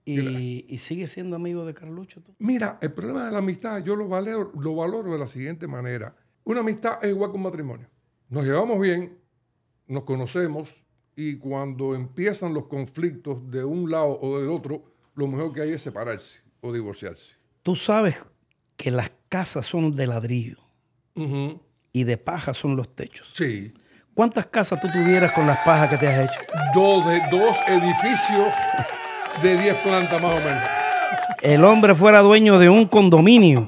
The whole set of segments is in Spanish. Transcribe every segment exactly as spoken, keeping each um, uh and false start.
Y, y sigue siendo amigo de Carlucho, ¿tú? Mira, el problema de la amistad yo lo valoro, lo valoro de la siguiente manera. Una amistad es igual que un matrimonio. Nos llevamos bien, nos conocemos y cuando empiezan los conflictos de un lado o del otro, lo mejor que hay es separarse o divorciarse. Tú sabes que las casas son de ladrillo Uh-huh. y de paja son los techos. Sí. ¿Cuántas casas tú tuvieras con las pajas que te has hecho? Dos, de, dos edificios de diez plantas más o menos. El hombre fuera dueño de un condominio.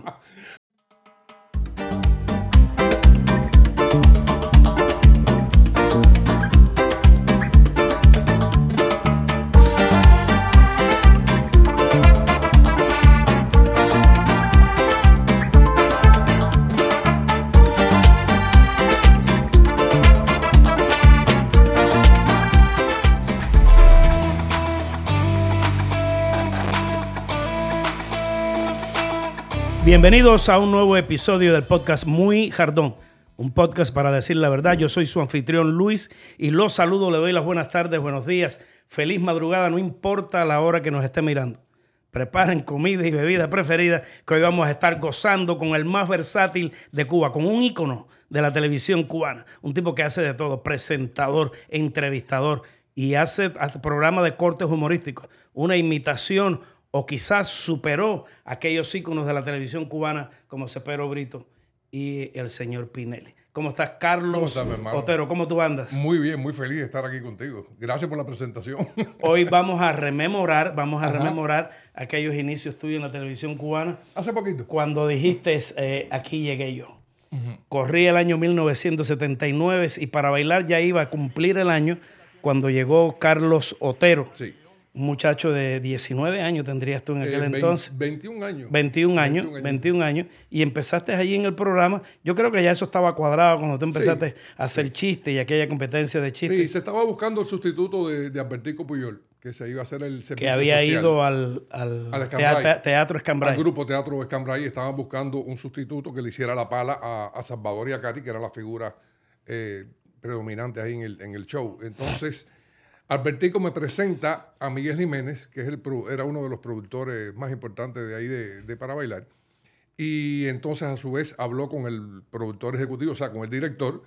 Bienvenidos a un nuevo episodio del podcast Muy Jardón, un podcast para decir la verdad. Yo soy su anfitrión Luis y los saludo, le doy las buenas tardes, buenos días, feliz madrugada, no importa la hora que nos esté mirando. Preparen comida y bebida preferida que hoy vamos a estar gozando con el más versátil de Cuba, con un ícono de la televisión cubana, un tipo que hace de todo, presentador, entrevistador y hace, hace programa de cortes humorísticos, una imitación o quizás superó a aquellos íconos de la televisión cubana como Cepero Brito y el señor Pinelli. ¿Cómo estás, Carlos ¿Cómo estás, mi hermano? Otero? ¿Cómo tú andas? Muy bien, muy feliz de estar aquí contigo. Gracias por la presentación. Hoy vamos a rememorar, vamos a Ajá. rememorar aquellos inicios tuyos en la televisión cubana. Hace poquito. Cuando dijiste, eh, aquí llegué yo. Uh-huh. Corría el año mil novecientos setenta y nueve y para bailar ya iba a cumplir el año cuando llegó Carlos Otero. Sí. Un muchacho de diecinueve años tendrías tú en aquel Eh, entonces. veintiún años. veintiún años, veintiún años. veintiún años. Y empezaste allí en el programa. Yo creo que ya eso estaba cuadrado cuando tú empezaste Sí, a hacer sí. chistes y aquella competencia de chistes. Sí, se estaba buscando el sustituto de, de Albertico Puyol, que se iba a hacer el servicio Que había social. ido al, al, Al Escambray. teatro, teatro Escambray. Al grupo Teatro Escambray estaban buscando un sustituto que le hiciera la pala a, a Salvador y a Cari, que era la figura eh, predominante ahí en el, en el show. Entonces, Albertico me presenta a Miguel Jiménez, que es el, era uno de los productores más importantes de ahí de, de Para Bailar. Y entonces, a su vez, habló con el productor ejecutivo, o sea, con el director,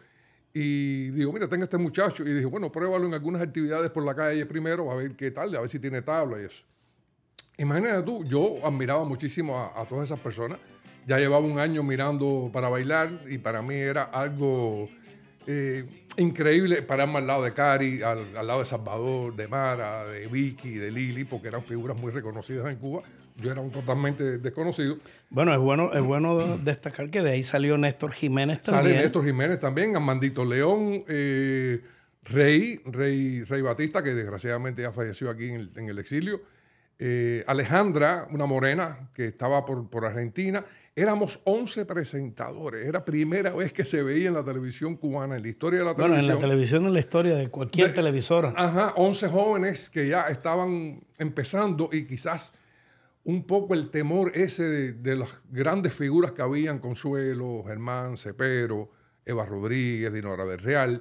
y digo, mira, tenga este muchacho. Y dije, bueno, pruébalo en algunas actividades por la calle primero, a ver qué tal, a ver si tiene tabla y eso. Imagínate tú, yo admiraba muchísimo a, a todas esas personas. Ya llevaba un año mirando Para Bailar y para mí era algo eh, increíble pararme al lado de Cari, al, al lado de Salvador, de Mara, de Vicky, de Lili, porque eran figuras muy reconocidas en Cuba. Yo era un totalmente desconocido. Bueno, es bueno, es bueno destacar que de ahí salió Néstor Jiménez también. Sale Néstor Jiménez también, Armandito León, eh, Rey, Rey, Rey Batista, que desgraciadamente ya falleció aquí en el, en el exilio. Eh, Alejandra, una morena que estaba por, por Argentina. Éramos once presentadores. Era primera vez que se veía en la televisión cubana, en la historia de la Bueno, televisión. en la televisión, en la historia de cualquier De- televisora. Ajá, once jóvenes que ya estaban empezando y quizás un poco el temor ese de, de las grandes figuras que habían, Consuelo, Germán, Cepero, Eva Rodríguez, Dinora del Real.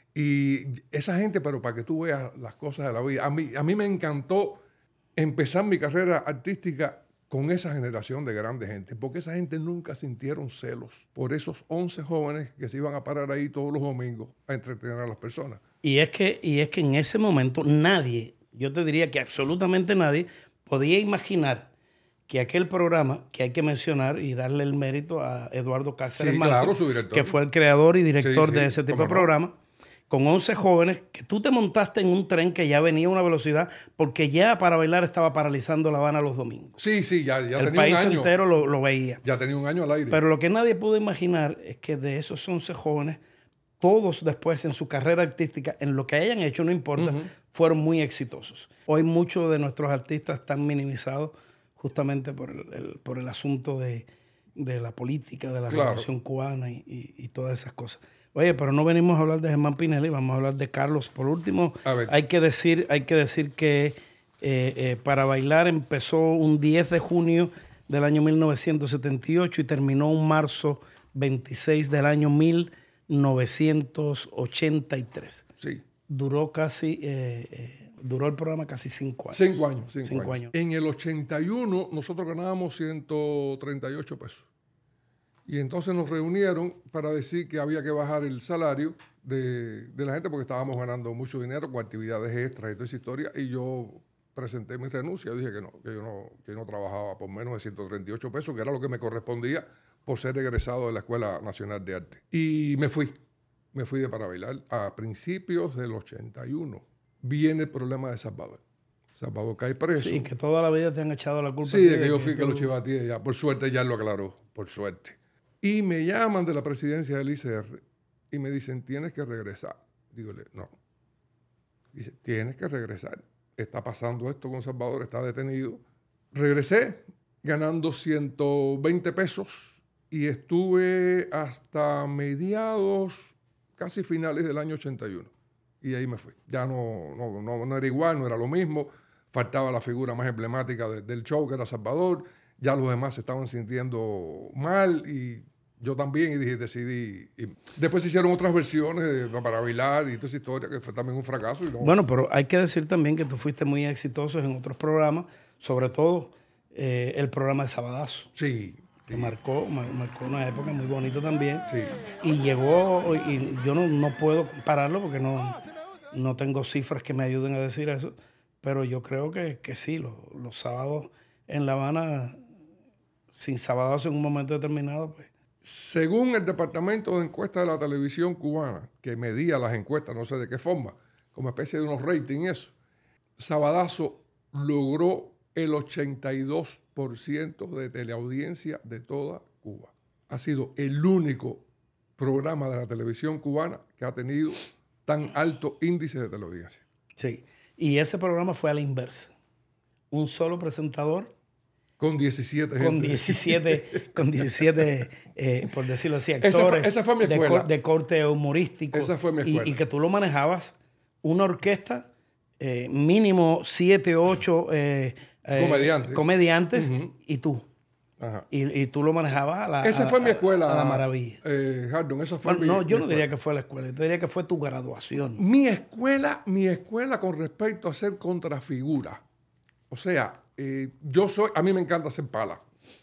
Y esa gente, pero para que tú veas las cosas de la vida. A mí, a mí me encantó empezar mi carrera artística con esa generación de grande gente, porque esa gente nunca sintieron celos por esos once jóvenes que se iban a parar ahí todos los domingos a entretener a las personas. Y es que, y es que en ese momento nadie, yo te diría que absolutamente nadie, podía imaginar que aquel programa, que hay que mencionar y darle el mérito a Eduardo Cáceres Sí, Manso, claro, su director. que fue el creador y director Sí, sí, de ese tipo cómo de no. programa, con once jóvenes, que tú te montaste en un tren que ya venía a una velocidad, porque ya Para Bailar estaba paralizando La Habana los domingos. Sí, sí, ya, ya El tenía país un año. entero lo, lo veía. Ya tenía un año al aire. Pero lo que nadie pudo imaginar es que de esos once jóvenes, todos después en su carrera artística, en lo que hayan hecho, no importa, Uh-huh. fueron muy exitosos. Hoy muchos de nuestros artistas están minimizados justamente por el, el- por el asunto de, de la política, de la Claro. revolución cubana y, y- y todas esas cosas. Oye, pero no venimos a hablar de Germán Pinelli, vamos a hablar de Carlos. Por último, A ver. hay que decir, hay que decir que eh, eh, Para Bailar empezó un diez de junio del año mil novecientos setenta y ocho y terminó un marzo veintiséis del año mil novecientos ochenta y tres. Sí. Duró casi, eh, eh, duró el programa casi cinco años. Cinco años, cinco, cinco años. años. En el ochenta y uno nosotros ganábamos ciento treinta y ocho pesos. Y entonces nos reunieron para decir que había que bajar el salario de, de la gente porque estábamos ganando mucho dinero con actividades extras y toda esa historia. Y yo presenté mi renuncia. Dije que no, que yo no, que yo no trabajaba por menos de ciento treinta y ocho pesos, que era lo que me correspondía por ser egresado de la Escuela Nacional de Arte. Y me fui. Me fui de Para Bailar a principios del ochenta y uno. Viene el problema de Salvador. Salvador cae preso. Sí, que toda la vida te han echado la culpa. Sí, de que yo fui que lo chivateé ya. Por suerte ya lo aclaró, por suerte. Y me llaman de la presidencia del I C R y me dicen, tienes que regresar. Dígole, no. Dice, tienes que regresar. Está pasando esto con Salvador, está detenido. Regresé ganando ciento veinte pesos y estuve hasta mediados, casi finales del año ochenta y uno. Y ahí me fui. Ya no, no, no, no era igual, no era lo mismo. Faltaba la figura más emblemática de, del show, que era Salvador. Ya los demás se estaban sintiendo mal y yo también, y dije, decidí. Y después se hicieron otras versiones de Para Bailar y toda esa historia, que fue también un fracaso. Y no. Bueno, pero hay que decir también que tú fuiste muy exitoso en otros programas, sobre todo eh, el programa de Sabadazo. Sí. Que sí. marcó, mar, marcó una época muy bonita también. Sí. Y llegó, y yo no, no puedo compararlo porque no, no tengo cifras que me ayuden a decir eso, pero yo creo que, que sí, los, los sábados en La Habana, sin Sabadazo en un momento determinado, pues. Según el Departamento de Encuestas de la Televisión Cubana, que medía las encuestas, no sé de qué forma, como especie de unos ratings y eso, Sabadazo logró el ochenta y dos por ciento de teleaudiencia de toda Cuba. Ha sido el único programa de la televisión cubana que ha tenido tan alto índice de teleaudiencia. Sí, y ese programa fue a la inversa. Un solo presentador. Con diecisiete Con gente. diecisiete, con diecisiete eh, por decirlo así, actores esa fue, esa fue mi escuela. De, cor, de corte humorístico. Esa fue mi escuela. Y, y que tú lo manejabas, una orquesta, eh, mínimo siete, ocho eh, comediantes, eh, comediantes uh-huh. y tú. Ajá. Y, y tú lo manejabas a la, esa a, fue mi escuela, a la maravilla. Eh, Hardon, esa fue bueno, mi, no, yo mi no escuela. diría que fue la escuela, yo diría que fue tu graduación. Mi escuela, mi escuela con respecto a ser contrafigura. O sea, eh, yo soy, a mí me encanta hacer pala.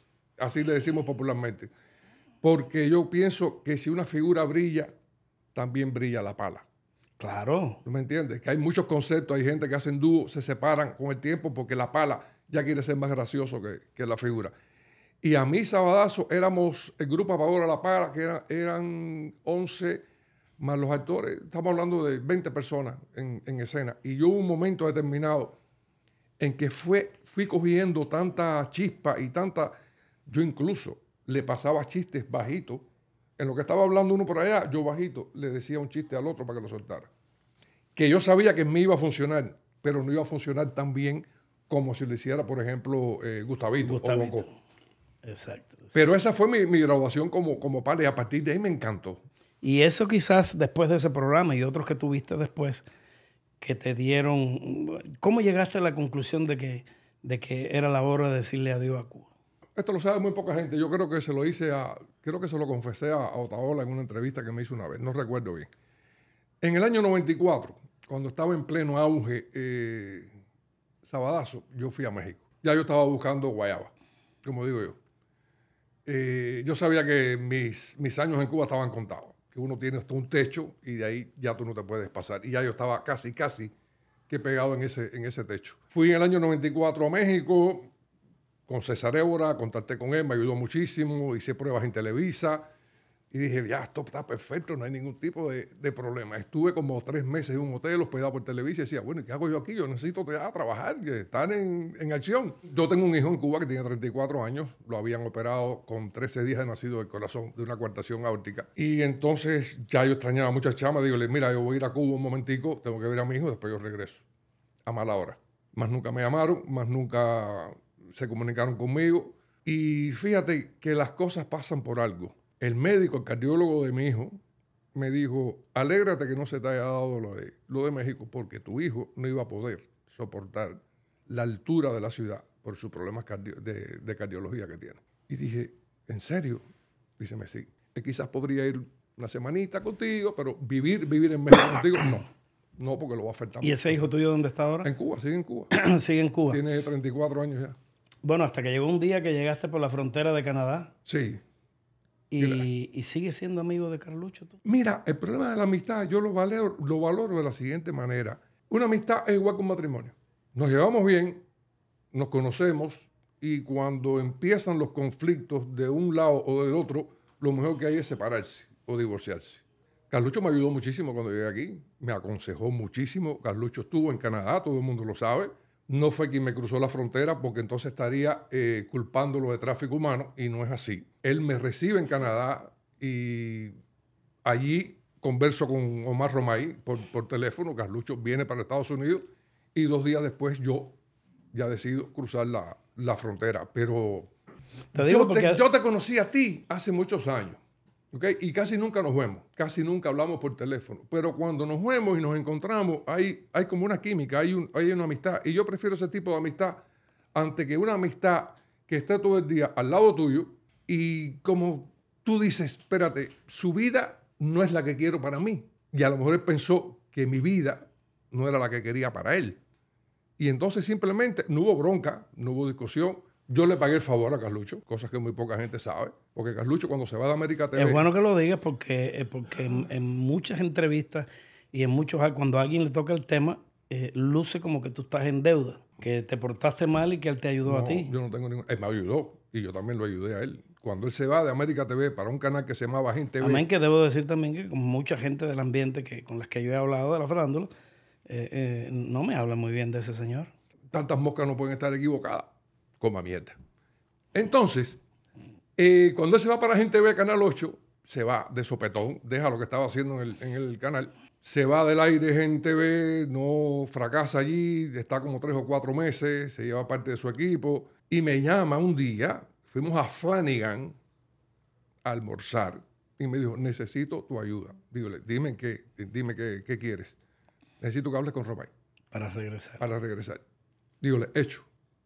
Así le decimos popularmente. Porque yo pienso que si una figura brilla, también brilla la pala. Claro. ¿Tú me entiendes? Que hay muchos conceptos, hay gente que hacen dúo, se separan con el tiempo porque la pala ya quiere ser más gracioso que, que la figura. Y a mí, Sabadazo, éramos el grupo Apagadora La Pala, que era, eran once más los actores. Estamos hablando de veinte personas en, en escena. Y yo hubo un momento determinado en que fue, fui cogiendo tanta chispa y tanta... Yo incluso le pasaba chistes bajitos. En lo que estaba hablando uno por allá, yo bajito le decía un chiste al otro para que lo soltara. Que yo sabía que me iba a funcionar, pero no iba a funcionar tan bien como si lo hiciera, por ejemplo, eh, Gustavito, Gustavito. o Bocó. Exacto, exacto. Pero esa fue mi, mi graduación como, como pala y a partir de ahí me encantó. Y eso quizás después de ese programa y otros que tuviste después que te dieron... ¿Cómo llegaste a la conclusión de que, de que era la hora de decirle adiós a Cuba? Esto lo sabe muy poca gente. Yo creo que se lo hice a... Creo que se lo confesé a, a Otaola en una entrevista que me hizo una vez. No recuerdo bien. En el año noventa y cuatro, cuando estaba en pleno auge eh, Sabadazo, yo fui a México. Ya yo estaba buscando guayaba, como digo yo. Eh, yo sabía que mis, mis años en Cuba estaban contados. Que uno tiene hasta un techo y de ahí ya tú no te puedes pasar. Y ya yo estaba casi, casi que pegado en ese, en ese techo. Fui en el año noventa y cuatro a México con César Évora, contacté con él, me ayudó muchísimo, hice pruebas en Televisa y dije, ya, esto está perfecto, no hay ningún tipo de, de problema. Estuve como tres meses en un hotel hospedado por Televisa y decía, bueno, ¿y qué hago yo aquí? Yo necesito ya trabajar, estar en, en acción. Yo tengo un hijo en Cuba que tiene treinta y cuatro años, lo habían operado con trece días de nacido del corazón, de una coartación aórtica. Y entonces ya yo extrañaba muchas chamas, digo, mira, yo voy a ir a Cuba un momentico, tengo que ver a mi hijo, después yo regreso. A mala hora. Más nunca me llamaron, más nunca se comunicaron conmigo. Y fíjate que las cosas pasan por algo. El médico, el cardiólogo de mi hijo, me dijo, alégrate que no se te haya dado lo de, lo de México, porque tu hijo no iba a poder soportar la altura de la ciudad por sus problemas cardio, de, de cardiología que tiene. Y dije, ¿en serio? Díceme, sí. Quizás podría ir una semanita contigo, pero vivir, vivir en México contigo, no. No, porque lo va a afectar. ¿Y ese hijo tuyo dónde está ahora? En Cuba, sigue en Cuba. Sigue en Cuba. Tiene treinta y cuatro años ya. Bueno, hasta que llegó un día que llegaste por la frontera de Canadá. Sí. Y, y sigue siendo amigo de Carlucho tú. Mira, el problema de la amistad yo lo valoro, lo valoro de la siguiente manera. Una amistad es igual que un matrimonio. Nos llevamos bien, nos conocemos y cuando empiezan los conflictos de un lado o del otro, lo mejor que hay es separarse o divorciarse. Carlucho me ayudó muchísimo cuando llegué aquí, me aconsejó muchísimo. Carlucho estuvo en Canadá, todo el mundo lo sabe. No fue quien me cruzó la frontera porque entonces estaría eh, culpándolo de tráfico humano y no es así. Él me recibe en Canadá y allí converso con Omar Romay por, por teléfono. Carlucho viene para Estados Unidos y dos días después yo ya decido cruzar la, la frontera. Pero te digo yo, porque... te, yo te conocí a ti hace muchos años. ¿Okay? Y casi nunca nos vemos, casi nunca hablamos por teléfono. Pero cuando nos vemos y nos encontramos, hay, hay como una química, hay, un, hay una amistad. Y yo prefiero ese tipo de amistad ante que una amistad que esté todo el día al lado tuyo y como tú dices, espérate, su vida no es la que quiero para mí. Y a lo mejor él pensó que mi vida no era la que quería para él. Y entonces simplemente no hubo bronca, no hubo discusión. Yo le pagué el favor a Carlucho, cosas que muy poca gente sabe, porque Carlucho cuando se va de América T V... Es bueno que lo digas porque, porque en, en muchas entrevistas y en muchos, cuando a alguien le toca el tema, eh, luce como que tú estás en deuda, que te portaste mal y que él te ayudó no, a ti. Yo no tengo ningún... Él me ayudó y yo también lo ayudé a él. Cuando él se va de América T V para un canal que se llamaba Gente T V... Amén, que debo decir también que como mucha gente del ambiente que, con las que yo he hablado de la farándula, eh, eh, no me habla muy bien de ese señor. Tantas moscas no pueden estar equivocadas. Coma mierda. Entonces, eh, cuando él se va para Gente T V, Canal ocho, se va de sopetón, deja lo que estaba haciendo en el, en el canal, se va del aire Gente T V, no fracasa allí, está como tres o cuatro meses, se lleva parte de su equipo, y me llama un día, fuimos a Flanagan a almorzar, y me dijo, necesito tu ayuda. Dígole, dime qué, dime qué, qué quieres. Necesito que hables con Romay. Para regresar. Para regresar. Dígole, hecho.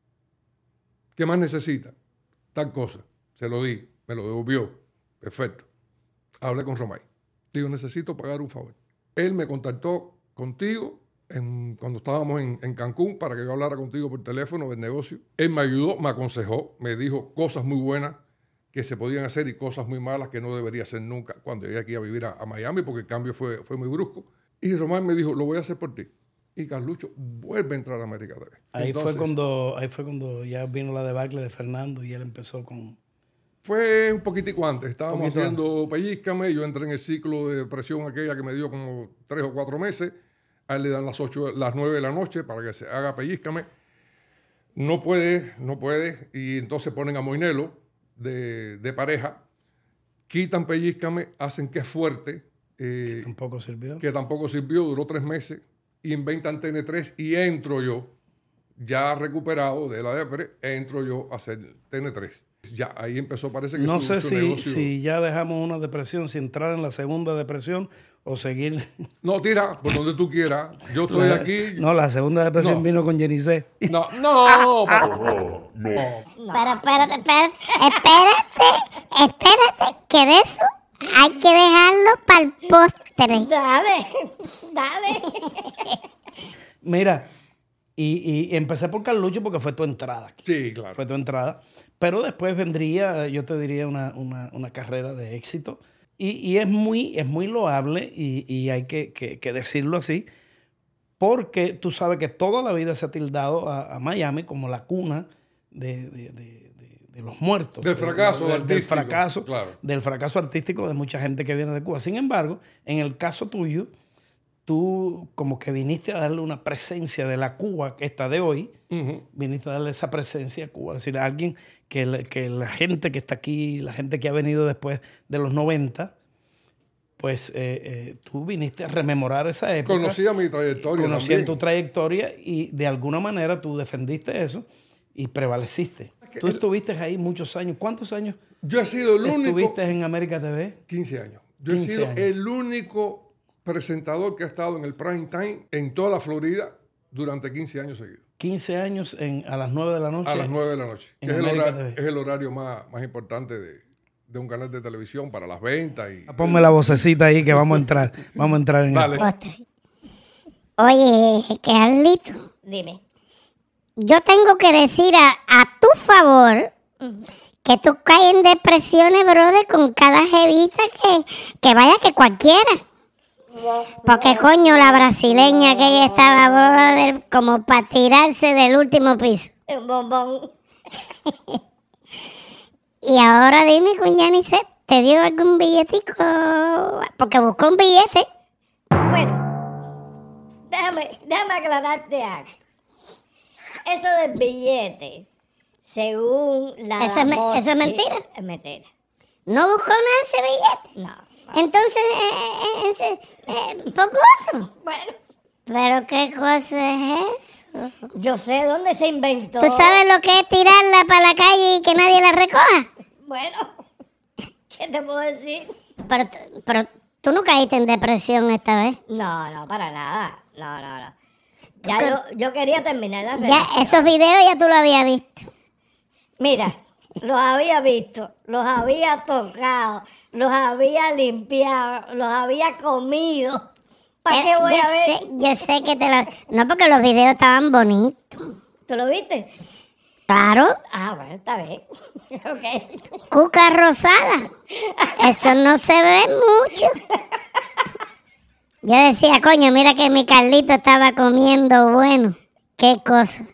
¿Qué más necesita? Tal cosa. Se lo di, me lo devolvió. Perfecto. Hablé con Romay. Digo, necesito pagar un favor. Él me contactó contigo en, cuando estábamos en, en Cancún para que yo hablara contigo por teléfono del negocio. Él me ayudó, me aconsejó, me dijo cosas muy buenas que se podían hacer y cosas muy malas que no debería hacer nunca cuando llegué aquí a vivir a, a Miami porque el cambio fue, fue muy brusco. Y Romay me dijo, lo voy a hacer por ti. Y Carlucho vuelve a entrar a América T V. Ahí, Entonces, fue cuando, ahí fue cuando ya vino la debacle de Fernando y él empezó con... Fue un poquitico antes. Estábamos Poquito haciendo antes. Pellízcame. Yo entré en el ciclo de depresión aquella que me dio como tres o cuatro meses. A él le dan las ocho, las nueve de la noche para que se haga Pellízcame. No puede, no puede. Y entonces ponen a Moinelo de, de pareja. Quitan Pellízcame, hacen que es fuerte. Eh, que tampoco sirvió. Que tampoco sirvió, duró tres meses. Inventan T N tres y entro yo, ya recuperado de la depre, entro yo a hacer T N tres. Ya ahí empezó, parece que no su, sé su si, negocio... si ya dejamos una depresión, si entrar en la segunda depresión o seguir... No, tira, por donde tú quieras. Yo estoy la, aquí... No, la segunda depresión no. vino con Yenicé. No, no, papá. No, no. Pero espérate, espérate, espérate, espérate, que de eso hay que dejarlo para el postre. Dale, dale. Mira, y, y empecé por Carlucho porque fue tu entrada aquí. Sí, claro. Fue tu entrada. Pero después vendría, yo te diría, una, una, una carrera de éxito. Y, y es, muy, es muy loable, y, y hay que, que, que decirlo así, porque tú sabes que toda la vida se ha tildado a, a Miami como la cuna de, de, de, de, de los muertos. Del fracaso de, de, artístico. Del fracaso, claro. del fracaso artístico de mucha gente que viene de Cuba. Sin embargo, en el caso tuyo, tú como que viniste a darle una presencia de la Cuba que está de hoy, uh-huh. viniste a darle esa presencia a Cuba. Es decir, a alguien que, le, que la gente que está aquí, la gente que ha venido después de los noventa, pues eh, eh, tú viniste a rememorar esa época. Conocía mi trayectoria Conocía también. tu trayectoria y de alguna manera tú defendiste eso y prevaleciste. Tú el, estuviste ahí muchos años. ¿Cuántos años yo he sido el único... estuviste en América T V? quince años. Yo he sido años. el único presentador que ha estado en el prime time en toda la Florida durante quince años seguidos. quince años en, a las nueve de la noche. A las nueve de la noche. En Es el, América horario, T V. es el horario más, más importante de, de un canal de televisión para las ventas. Y... Ponme la vocecita ahí que vamos a entrar. Vamos a entrar en Dale. el... Oye, Carlito, Dime. yo tengo que decir a, a tu favor que tú caes en depresiones, brother, con cada jevita que, que vaya que cualquiera. Porque, coño, la brasileña que ella estaba, brother, como para tirarse del último piso. Un bombón. Y ahora dime, cuñanice, ¿te dio algún billetico? Porque buscó un billete. Bueno, déjame, déjame aclararte algo. Eso del billete, según la... Eso es me- voz- eso es mentira. Es mentira. ¿No buscó nada ese billete? No. no. Entonces, eh, eh, eh, eh, pocoso. Bueno, ¿Pero qué cosa es eso? yo sé dónde se inventó. ¿Tú sabes lo que es tirarla para la calle y que nadie la recoja? Bueno, ¿qué te puedo decir? Pero, t- pero tú no caíste en depresión esta vez. No, no, para nada. No, no, no. Ya yo, yo quería terminar la Ya, relación. esos videos ya tú lo habías visto. Mira, los había visto, los había tocado, los había limpiado, los había comido. ¿Para Eh, qué voy yo a ver? Sé, yo sé que te lo... No, porque los videos estaban bonitos. ¿Tú lo viste? Claro, Ah, bueno, está bien. Ok. cuca rosada. Eso no se ve mucho. Yo decía, coño, mira que mi Carlito estaba comiendo bueno. Qué cosa.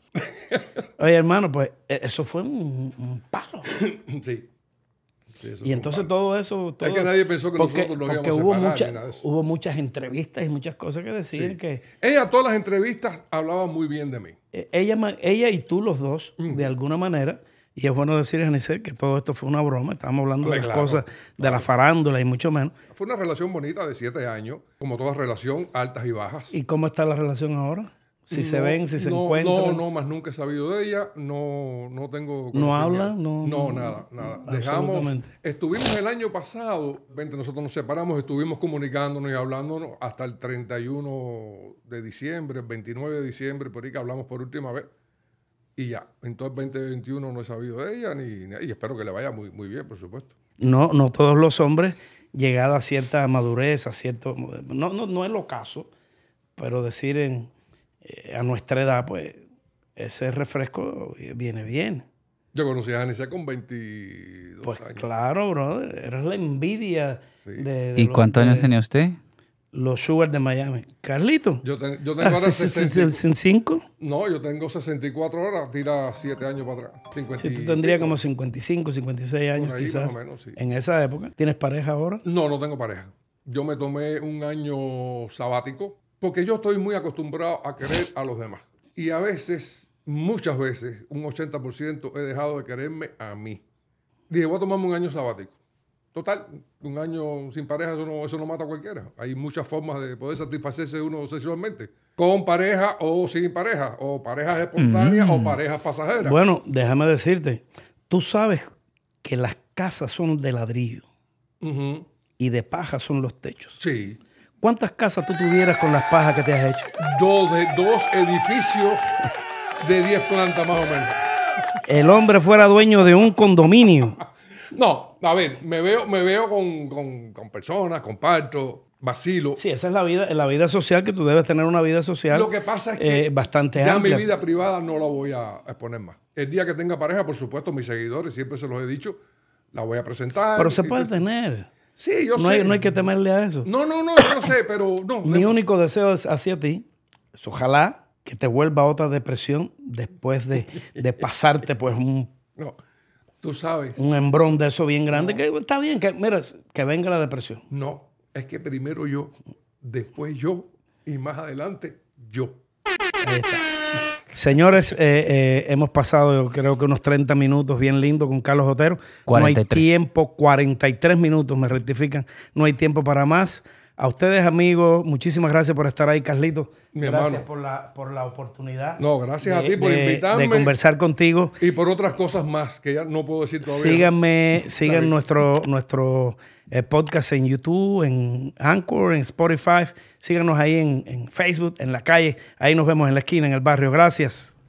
Oye, hermano, pues eh, eso fue un, un palo. Sí. Sí, eso Y fue entonces un todo eso... Todo, Es que nadie pensó que nosotros nos porque íbamos a hubo, separar mucha- ni nada de eso. hubo muchas entrevistas y muchas cosas que decían Sí. que Ella, todas las entrevistas, hablaba muy bien de mí. eh, ella, ma- ella y tú los dos, de alguna manera, y es bueno decir, Janice, que todo esto fue una broma, estábamos hablando Hombre, de las claro, cosas de la farándula y mucho menos. Fue una relación bonita de siete años, como toda relación, altas y bajas. ¿Y cómo está la relación ahora? Si se No, ven, si se no, encuentran. No, no, más nunca he sabido de ella. No, no tengo. ¿No conocimiento. hablan? No, No, no, nada, nada. Dejamos. absolutamente. Estuvimos el año pasado, entre nosotros nos separamos, estuvimos comunicándonos y hablándonos hasta el treinta y uno de diciembre, el veintinueve de diciembre, por ahí que hablamos por última vez. Y ya, en todo el veinte veintiuno no he sabido de ella, ni, ni- y espero que le vaya muy, muy bien, por supuesto. No, no todos los hombres, llegada a cierta madurez, a cierto... No, no, no es lo caso, pero decir en, eh, a nuestra edad, pues, ese refresco viene bien. Yo conocí a Janice con veintidós Pues años. claro, brother, eres la envidia Sí. de, de ¿Y los- cuántos años de tenía usted? los Sugar de Miami. Carlito. Yo, ten- yo tengo Ah, ahora sí, sí, sí, sesenta. sí, ¿cinco? No, yo tengo sesenta y cuatro horas, tira siete años para atrás. cincuenta Sí, tú y tendrías pico. como cincuenta y cinco, cincuenta y seis años Por ahí, quizás. más o menos, sí. En esa época. ¿Tienes pareja ahora? No, no tengo pareja. Yo me tomé un año sabático porque yo estoy muy acostumbrado a querer a los demás. Y a veces, muchas veces, un ochenta por ciento he dejado de quererme a mí. Dije, voy a tomarme un año sabático. Total, un año sin pareja, eso no, eso no mata a cualquiera. Hay muchas formas de poder satisfacerse uno sexualmente. Con pareja o sin pareja. O parejas espontáneas o parejas pasajeras. Bueno, déjame decirte, tú sabes que las casas son de ladrillo Ujú. y de paja son los techos. Sí. ¿Cuántas casas tú tuvieras con las pajas que te has hecho? Dos, de, dos edificios de diez plantas más o menos. El hombre fuera dueño de un condominio. No, a ver, me veo, me veo con, con, con personas, comparto, vacilo. Sí, esa es la vida, la vida social, que tú debes tener una vida social Lo que pasa es que eh, bastante ya amplia. mi vida privada no la voy a exponer más. El día que tenga pareja, por supuesto, mis seguidores, siempre se los he dicho, la voy a presentar. Pero se Y- puede tener. Sí, yo No sé. hay, no hay que temerle a eso. No, no, no, yo no sé, pero no. Mi de- único deseo es hacia ti es ojalá que te vuelva otra depresión después de, de pasarte pues un, no, tú sabes. un embrón de eso bien grande. Que está bien, que mira, que venga la depresión. No, es que primero yo, después yo y más adelante yo. Ahí está. Señores, eh, eh, hemos pasado yo creo que unos treinta minutos bien lindos con Carlos Otero. cuarenta y tres. No hay tiempo, cuarenta y tres minutos, me rectifican. No hay tiempo para más. A ustedes, amigos, muchísimas gracias por estar ahí, Carlito. Mi gracias hermano. por la, por la oportunidad. No, gracias a de- ti por de- invitarme. De conversar contigo. Y por otras cosas más que ya no puedo decir todavía. Síganme, Está sigan bien. nuestro, nuestro eh, podcast en YouTube, en Anchor, en Spotify. Síganos ahí en, en Facebook, en la calle. Ahí nos vemos en la esquina, en el barrio. Gracias.